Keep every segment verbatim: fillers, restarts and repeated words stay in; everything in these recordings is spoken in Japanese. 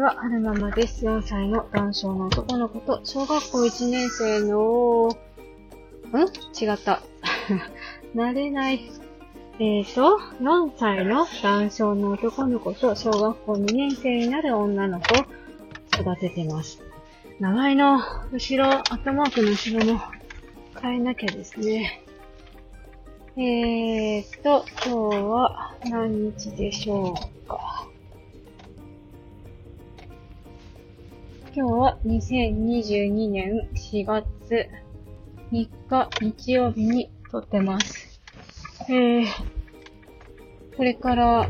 は、はるままです。よんさいの男性の男の子と、小学校いちねん生の、ん違った。慣れない。えーと、よんさいの男性の男の子と、小学校にねん生になる女の子を育ててます。名前の後ろ、アットマークの後ろも変えなきゃですね。えーと、今日は何日でしょうか。今日はにせんにじゅうにねんしがつみっか日曜日に撮ってます。えー、これから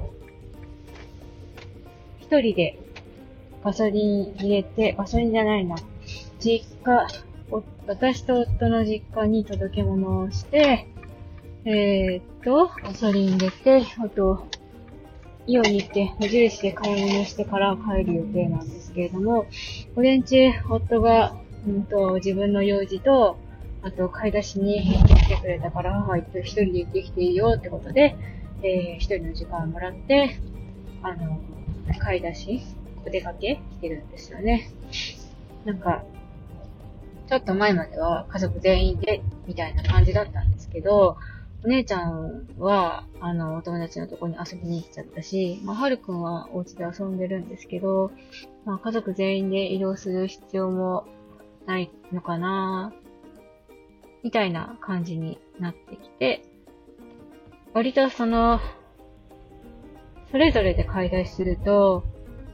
一人でガソリン入れて、ガソリンじゃないな。実家、私と夫の実家に届け物をして、えーっと、ガソリン入れて、あと、イオンに行って無印で買い物してから帰る予定なんですけれども、午前中、夫が、うんと、自分の用事と、あと、買い出しに行ってきてくれたから、母一人で行ってきていいよってことで、えー、一人の時間をもらって、あの、買い出し、お出かけしてるんですよね。なんか、ちょっと前までは家族全員で、みたいな感じだったんですけど、お姉ちゃんは、あの、お友達のとこに遊びに行っちゃったし、まあ、はるくんはお家で遊んでるんですけど、まあ、家族全員で移動する必要もないのかな、みたいな感じになってきて、割とその、それぞれで買い出しすると、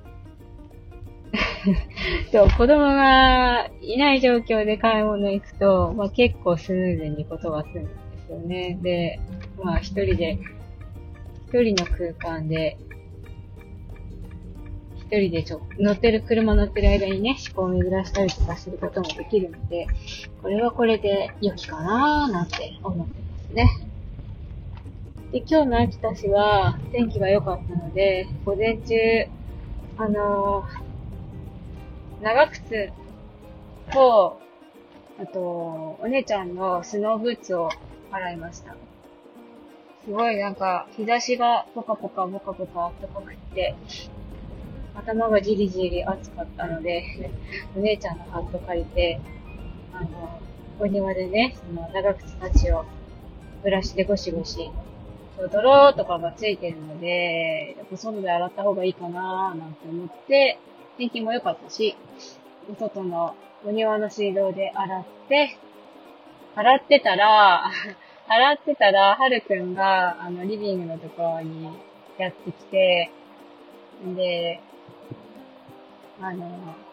そう、子供がいない状況で買い物行くと、まあ、結構スムーズにことが済むんですよね。で、まあ一人で、一人の空間で、一人でちょ、乗ってる、車乗ってる間にね、思考を巡らしたりとかすることもできるので、これはこれで良きかなーなんて思ってますね。で、今日の秋田市は天気が良かったので、午前中、あのー、長靴と、あと、お姉ちゃんのスノーブーツを洗いました。すごいなんか、日差しがポカポカポカポカ暖かくって、頭がじりじり暑かったので、お姉ちゃんのハット借りて、あの、お庭でね、その長靴たちをブラシでゴシゴシ、泥とかがついてるので、やっぱ外で洗った方がいいかなーなんて思って、天気も良かったし、お外のお庭の水道で洗って、洗ってたら、洗ってたら、はるくんが、あの、リビングのところにやってきて、で、あの、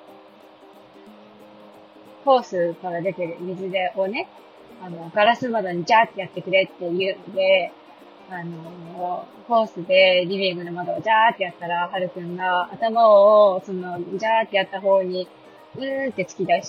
ホースから出てる水でをね、あの、ガラス窓にジャーってやってくれって言うんで、あの、ホースでリビングの窓をジャーってやったら、はるくんが頭を、その、ジャーってやった方に、うーんって突き出して、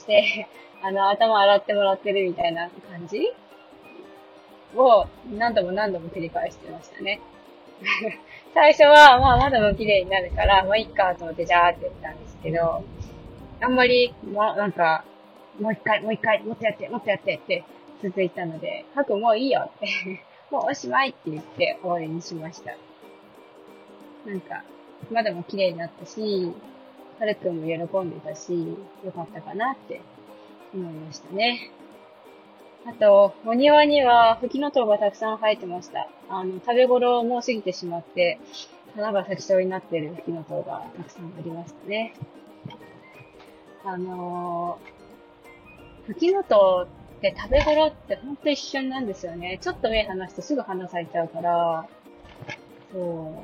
あの、頭洗ってもらってるみたいな感じを何度も何度も繰り返してましたね。最初は、まあ、窓も綺麗になるから、まあ、いっかと思ってジャーって言ったんですけど、あんまり、まあ、なんか、もう一回、もう一回、もっとやって、もっとやってって続いたので、ハクもういいよってもうおしまいって言って終わりにしました。なんか、窓も綺麗になったし、はるくんも喜んでたし、よかったかなって思いましたね。あと、お庭にはフキノトウがたくさん生えてました。あの、食べ頃をもう過ぎてしまって、花が咲きそうになっているフキノトウがたくさんありましたね。あのー、フキノトウって食べ頃ってほんと一瞬なんですよね。ちょっと目離してすぐ花咲いちゃうから、そう、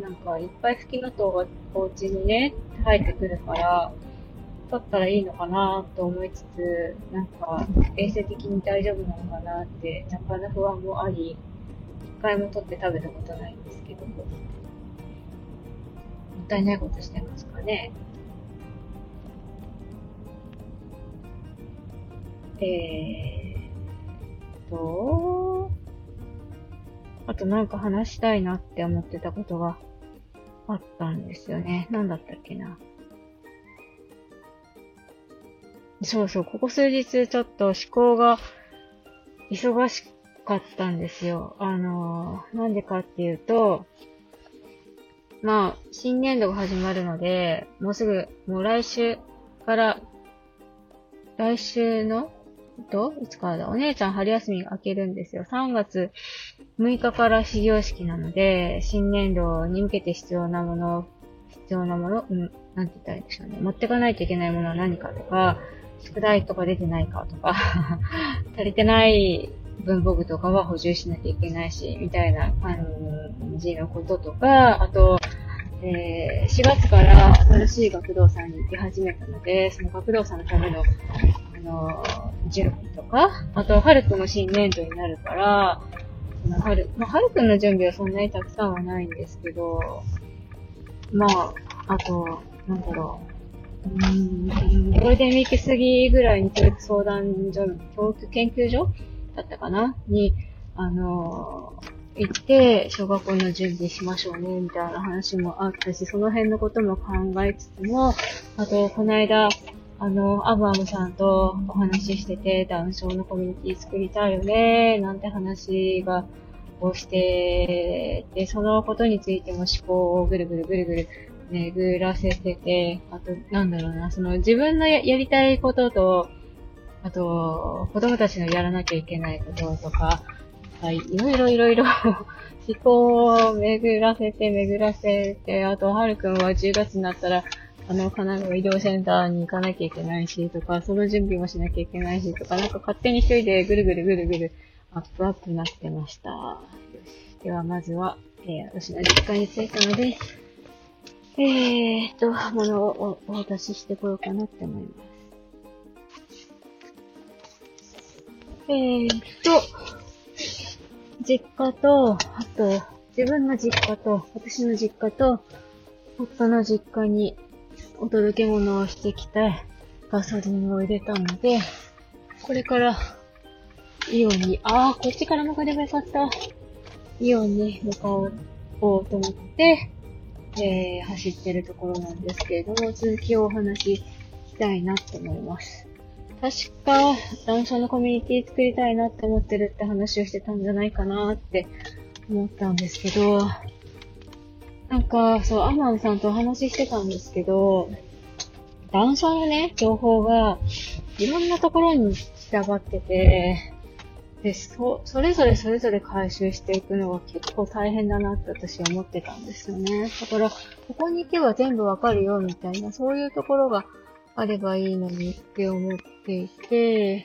なんかいっぱいフキノトウがお家にね、生えてくるから、取ったらいいのかなと思いつつ、なんか衛生的に大丈夫なのかなって若干の不安もあり、一回も取って食べたことないんですけど、もったいないことしてますかね。えーと、あとなんか話したいなって思ってたことがあったんですよね。なんだったっけな。そうそう、ここ数日ちょっと思考が忙しかったんですよ。あのー、なんでかっていうと、 まあ、新年度が始まるので、もうすぐ、もう来週から、来週の、と、いつからだ、お姉ちゃん春休みが明けるんですよ。さんがつむいかから始業式なので、新年度に向けて必要なもの、必要なもの、うん、なんて言ったらいいんでしょうね。持ってかないといけないものは何かとか、宿題とか出てないかとか、足りてない文房具とかは補充しなきゃいけないし、みたいな感じのこととか、あと、えー、しがつから新しい学童さんに行き始めたので、その学童さんのための、あのー、準備とか、あと、はるくんも新年度になるから、そのはる、まあ、はるくんの準備はそんなにたくさんはないんですけど、まあ、あと、なんだろう。うーん、ゴールデンウィーク過ぎぐらいに教育相談所、教育研究所だったかなに、あのー、行って、小学校の準備しましょうね、みたいな話もあったし、その辺のことも考えつつも、あと、この間、あの、アブアムさんとお話ししてて、ダウン症のコミュニティ作りたいよね、なんて話が、をしてで、そのことについても思考をぐるぐるぐるぐる巡らせてて、あと、なんだろうな、その自分の や, やりたいことと、あと、子供たちのやらなきゃいけないこととか、はい、いろいろいろいろ思考を巡らせて巡らせて、あと、はるくんはじゅうがつになったら、あの、神奈川医療センターに行かなきゃいけないし、とか、その準備もしなきゃいけないし、とか、なんか勝手に一人でぐるぐるぐるぐる、アップアップになってました。よし。では、まずは、えー、私の実家に着いたので、えーっと、物をお渡ししてこようかなって思います。えーっと、実家と、あと、自分の実家と、私の実家と、夫の実家にお届け物をしてきて、ガソリンを入れたので、これから、イオンに、あー、こっちから向かればよかった。イオンに向かおうと思って、えー、走ってるところなんですけれども、続きをお話ししたいなって思います。確か、男性のコミュニティ作りたいなって思ってるって話をしてたんじゃないかなって思ったんですけど、なんか、そう、アマンさんとお話ししてたんですけど、男性のね、情報がいろんなところに散らばってて、で、そ、それぞれそれぞれ回収していくのが結構大変だなって私は思ってたんですよね。だから、ここに行けば全部わかるよみたいな、そういうところがあればいいのにって思っていて、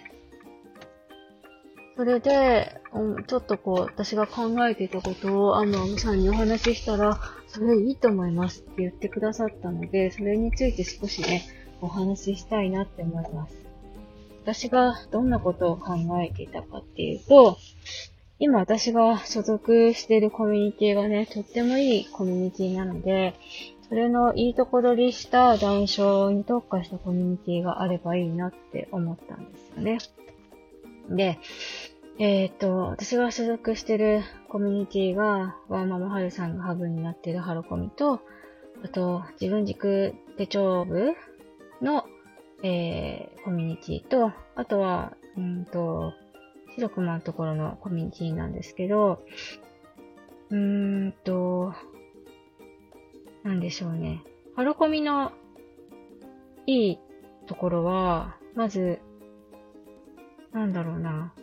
それで、うん、ちょっとこう、私が考えていたことをアムアムさんにお話ししたら、それいいと思いますって言ってくださったので、それについて少しね、お話ししたいなって思います。私がどんなことを考えていたかっていうと、今私が所属しているコミュニティがね、とってもいいコミュニティなので、それのいいとこ取りした談笑に特化したコミュニティがあればいいなって思ったんですよね。で、えっと、私が所属しているコミュニティが、ワーママハルさんがハブになっているハロコミと、あと、自分軸手帳部のえー、コミュニティと、あとは、うんと、白熊のところのコミュニティなんですけど、うーんと、なんでしょうね。ハロコミのいいところは、まず、なんだろうな。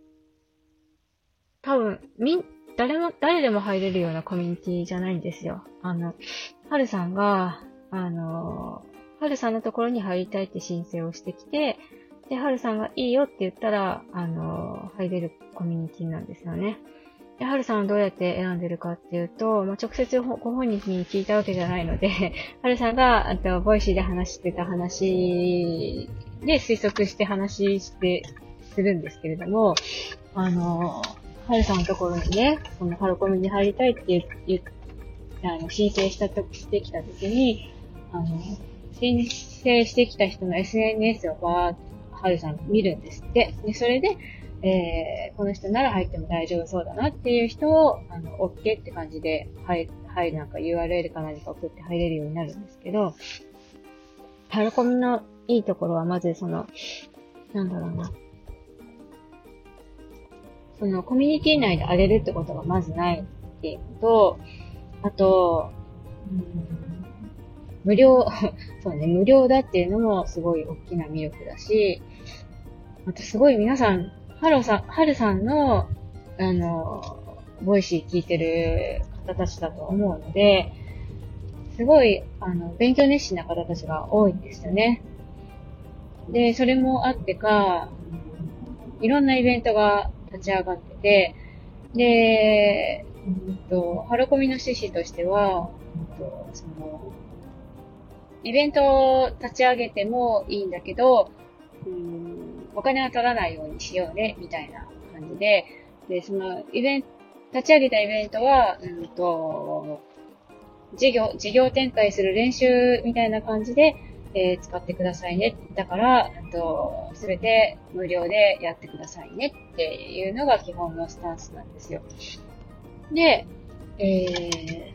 多分、み、誰も、誰でも入れるようなコミュニティじゃないんですよ。あの、はるさんが、あの、はるさんのところに入りたいって申請をしてきて、で、はるさんがいいよって言ったら、あの、入れるコミュニティなんですよね。で、はるさんはどうやって選んでるかっていうと、まあ、直接ご本人に聞いたわけじゃないので、はるさんが、あと、ボイシーで話してた話で推測して話して、するんですけれども、あの、はるさんのところにね、そのハロコミに入りたいって言って、あの、申請したとき、してきたときに、あの、申請してきた人の エスエヌエス をバーッとはるさん見るんですって。で、それで、えー、この人なら入っても大丈夫そうだなっていう人を、あの、OK って感じで入、入るなんか ユーアールエル か何か送って入れるようになるんですけど、ハロコミのいいところはまずその、なんだろうな。そのコミュニティ内で荒れるってことがまずないっていうのと、あと、 ん、無料、そうね、無料だっていうのもすごい大きな魅力だし、あとすごい皆さん、ハロさん、ハルさんの、あの、ボイシー聞いてる方たちだと思うので、すごい、あの、勉強熱心な方たちが多いんですよね。で、それもあってか、いろんなイベントが立ち上がってて、で、うんと、ハロコミの趣旨としては、うんと、その、イベントを立ち上げてもいいんだけど、うん、お金は取らないようにしようね、みたいな感じで、で、その、イベント、立ち上げたイベントは、うんと、事業、事業展開する練習みたいな感じで、えー使ってくださいね。だから、うんと、すべて無料でやってくださいねっていうのが基本のスタンスなんですよ。で、え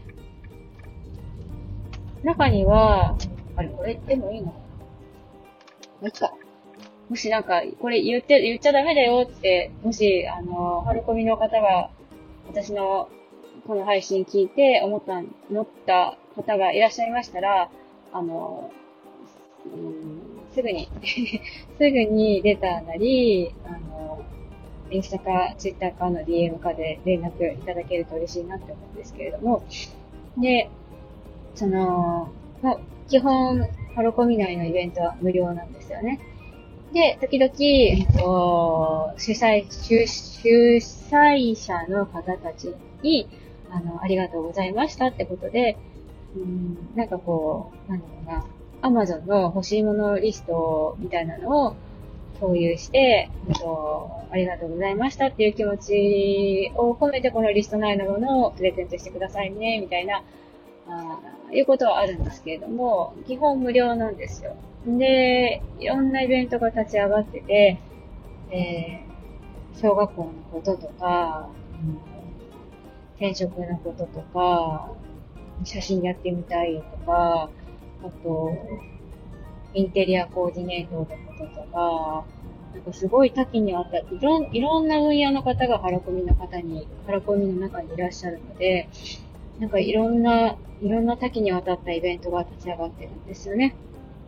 ー、中には、あれ、これ言ってもいいのかな？もういいか。もしなんか、これ言って、言っちゃダメだよって、もし、あの、ハルコミの方が、私のこの配信聞いて思った、思った方がいらっしゃいましたら、あの、うん、すぐにすぐにレターなり、あの、インスタかツイッターかの ディーエム かで連絡いただけると嬉しいなって思うんですけれども、で、その、まあ、基本、ハロコミ内のイベントは無料なんですよね。で、時々、えっと、主催、主、主催者の方たちに、あの、ありがとうございましたってことで、うん、なんかこう、なんだろうな、アマゾンの欲しいものリストみたいなのを共有して、えっと、ありがとうございましたっていう気持ちを込めてこのリスト内のものをプレゼントしてくださいね、みたいな、あいうことはあるんですけれども、基本無料なんですよ。で、いろんなイベントが立ち上がってて、えー、小学校のこととか、うん、転職のこととか、写真やってみたいとか、あと、インテリアコーディネートのこととか、なんかすごい多岐にわたって、いろん、いろんな分野の方がハロコミの方に、ハロコミの中にいらっしゃるので、なんかいろんな、いろんな多岐にわたったイベントが立ち上がってるんですよね。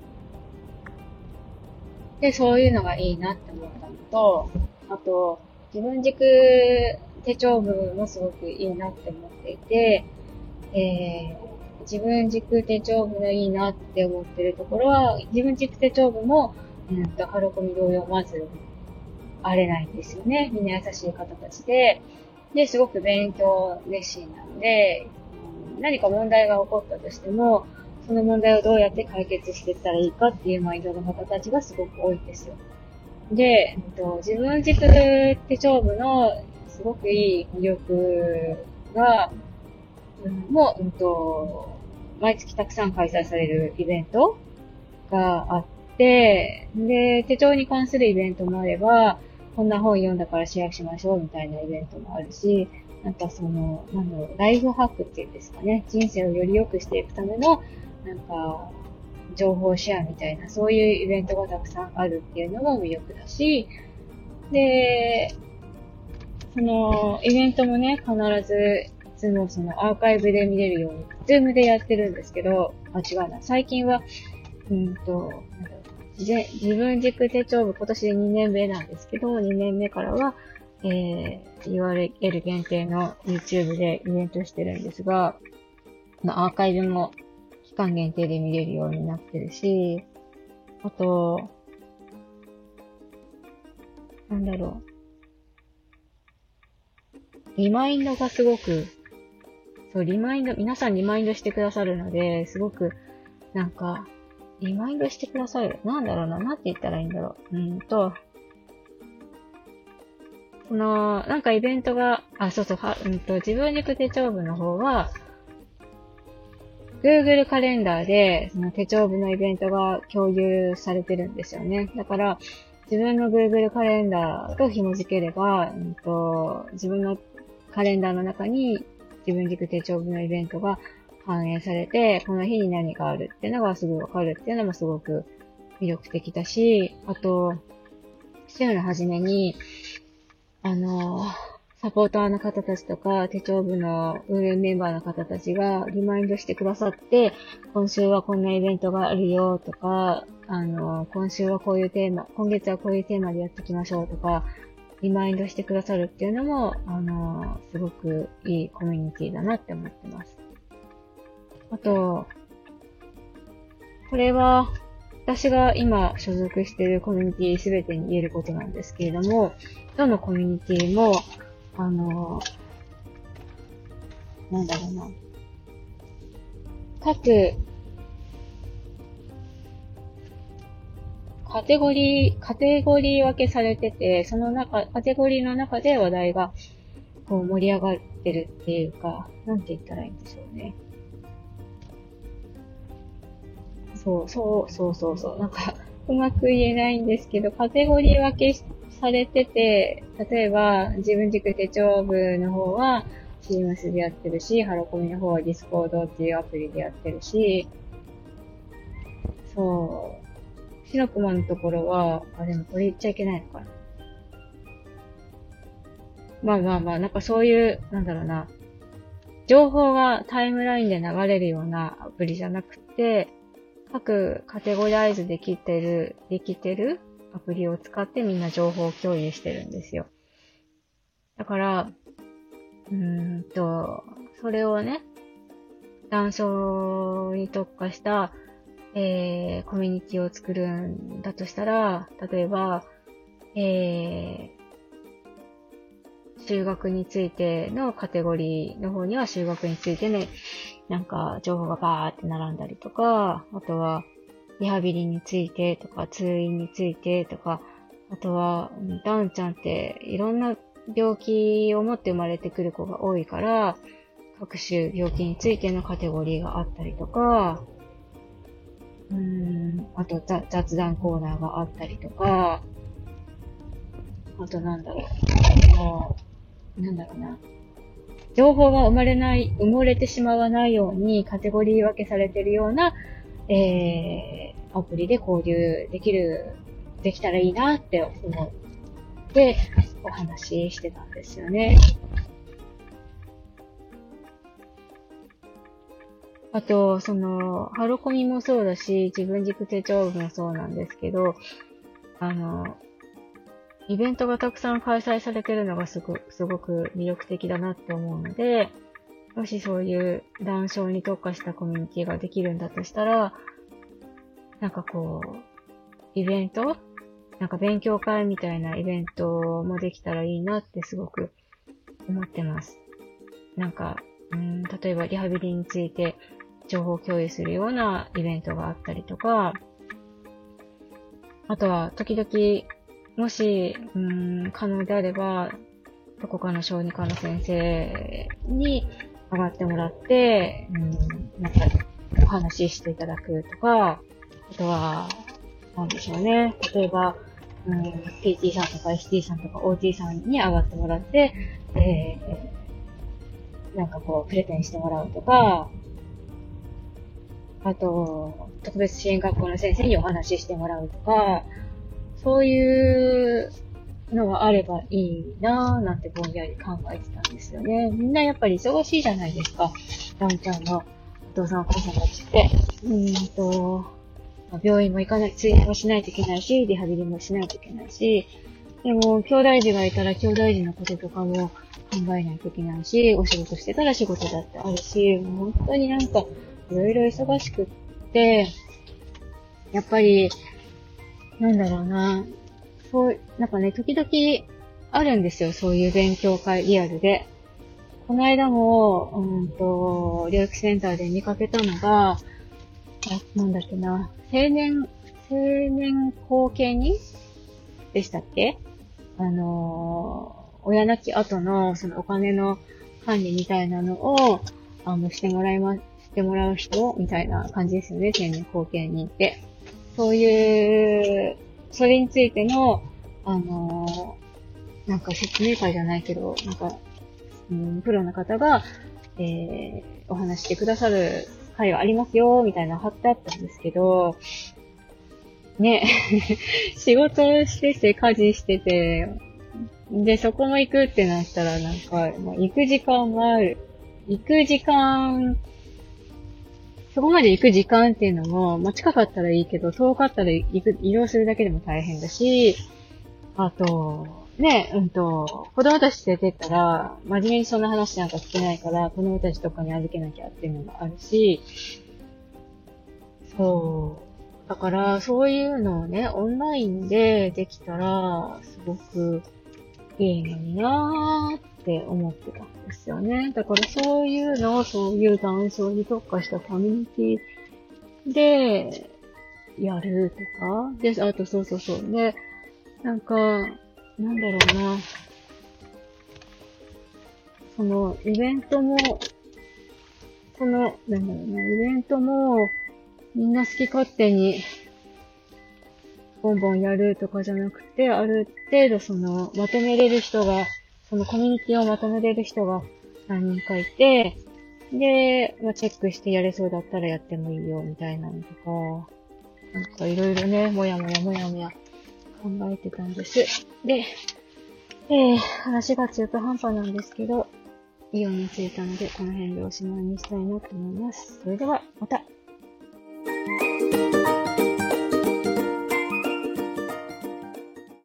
で、そういうのがいいなって思ったのと、あと、自分軸手帳部もすごくいいなって思っていて、えー自分軸手帳部のいいなって思ってるところは、自分軸手帳部も、うんと、ハロコミ同様、まず、荒れないんですよね。みんな優しい方たちで、で、すごく勉強熱心なので、うん何か問題が起こったとしても、その問題をどうやって解決していったらいいかっていうマインドの方たちがすごく多いんですよ。で、うんと、自分軸手帳部のすごくいい魅力が、うんもう、うんと、毎月たくさん開催されるイベントがあって、で、手帳に関するイベントもあれば、こんな本読んだからシェアしましょうみたいなイベントもあるし、なんかその、なんだろう、ライフハックっていうんですかね、人生をより良くしていくための、なんか、情報シェアみたいな、そういうイベントがたくさんあるっていうのも魅力だし、で、その、イベントもね、必ず、いつもそのアーカイブで見れるように、ズームでやってるんですけど、あ、違うな。最近は、うんと、なんだろう自自分軸手帳部、今年でにねんめなんですけど、にねんめからは、えー、ユーアールエル 限定の YouTube でイベントしてるんですが、アーカイブも期間限定で見れるようになってるし、あと、なんだろう。リマインドがすごく、そう、リマインド、皆さんリマインドしてくださるので、すごく、なんか、リマインドしてくださる。なんだろうな。なんて言ったらいいんだろう。うんと、その、なんかイベントが、あ、そうそう、は、うんと、自分軸手帳部の方は、Google カレンダーで、その手帳部のイベントが共有されてるんですよね。だから、自分の Google カレンダーと紐付ければ、うんと、自分のカレンダーの中に自分軸手帳部のイベントが反映されて、この日に何があるっていうのがすぐわかるっていうのもすごく魅力的だし、あと、週の初めに、あの、 サポーターの方たちとか、手帳部の運営メンバーの方たちがリマインドしてくださって、今週はこんなイベントがあるよとか、あの、今週はこういうテーマ、今月はこういうテーマでやっていきましょうとか、リマインドしてくださるっていうのも、あの、すごくいいコミュニティだなって思ってます。あと、これは、私が今所属しているコミュニティすべてに言えることなんですけれども、どのコミュニティも、あの、なんだろうな。各、カテゴリー、カテゴリー分けされてて、その中、カテゴリーの中で話題が、こう盛り上がってるっていうか、なんて言ったらいいんでしょうね。そう、そう、そうそうそう。なんか、うまく言えないんですけど、カテゴリー分けされてて、例えば、自分軸手帳部の方は、シームスでやってるし、ハロコミの方はディスコードっていうアプリでやってるし、そう。シロクマのところは、あ、でもこれ言っちゃいけないのかな。まあまあまあ、なんかそういう、なんだろうな。情報がタイムラインで流れるようなアプリじゃなくて、各カテゴライズできてる、できてるアプリを使ってみんな情報を共有してるんですよ。だから、うーんと、それをね、談笑に特化した、えー、コミュニティを作るんだとしたら、例えば、えー、修学についてのカテゴリーの方には修学についてね、なんか情報がバーって並んだりとか、あとはリハビリについてとか、通院についてとか、あとはダウンちゃんっていろんな病気を持って生まれてくる子が多いから、各種病気についてのカテゴリーがあったりとか、うーん、あと雑談コーナーがあったりとか、あとなんだろう、もう、なんだろうな。情報が生まれない、埋もれてしまわないようにカテゴリー分けされているような、えー、アプリで交流できる、できたらいいなって思ってお話ししてたんですよね。あと、その、ハロコミもそうだし、自分軸手帳部もそうなんですけど、あの、イベントがたくさん開催されてるのがすごすごく魅力的だなって思うので、もしそういう談笑に特化したコミュニティができるんだとしたら、なんかこう、イベントなんか勉強会みたいなイベントもできたらいいなってすごく思ってます。なんか、うーん、例えばリハビリについて情報共有するようなイベントがあったりとか、あとは時々、もし、うーん、可能であれば、どこかの小児科の先生に上がってもらって、うん、なんか、お話ししていただくとか、あとは、なんでしょうね。例えば、うん、ピーティー さんとか エスティー さんとか オーティー さんに上がってもらって、えー、なんかこう、プレゼンしてもらうとか、あと、特別支援学校の先生にお話ししてもらうとか、そういうのがあればいいなぁなんてぼんやり考えてたんですよね。みんなやっぱり忙しいじゃないですか。ダウンちゃんのお父さんお母さんたちって。うーんと、病院も行かない、通院もしないといけないし、リハビリもしないといけないし、でも、兄弟児がいたら兄弟児のこととかも考えないといけないし、お仕事してたら仕事だってあるし、もう本当になんか、いろいろ忙しくって、やっぱり、なんだろうな。そう、なんかね、時々あるんですよ。そういう勉強会、リアルで。この間も、うんと、療育センターで見かけたのが、あ、なんだっけな。青年、青年後見人でしたっけ？あのー、親亡き後の、そのお金の管理みたいなのを、あの、してもらいま、してもらう人みたいな感じですよね。青年後見人って。そういう、それについての、あのー、なんか説明会じゃないけど、なんか、うん、プロの方が、えー、お話してくださる会がありますよ、みたいな貼ってあったんですけど、ね、仕事してて、家事してて、 で、そこも行くってなったら、なんか、まあ、行く時間もある。行く時間、そこまで行く時間っていうのも、まあ、近かったらいいけど、遠かったら行く、移動するだけでも大変だし、あと、ね、うんと、子供たち連れてったら、真面目にそんな話なんか聞けないから、子供たちとかに預けなきゃっていうのもあるし、そう。だから、そういうのをね、オンラインでできたら、すごくいいのになーって思ってたんですよね。だからそういうのを、そういう男性に特化したコミュニティで、やるとか。で、あとそうそうそう。で、なんか、なんだろうな。その、イベントも、その、なんだろうな、イベントも、みんな好き勝手に、ボンボンやるとかじゃなくて、ある程度その、まとめれる人が、そのコミュニティをまとめれる人が何人かいて、で、まあ、チェックしてやれそうだったらやってもいいよ、みたいなのとか、なんかいろいろね、もやもやもやもや考えてたんです。で、えー、話が中途半端なんですけど、イオンに着いたので、この辺でおしまいにしたいなと思います。それでは、また。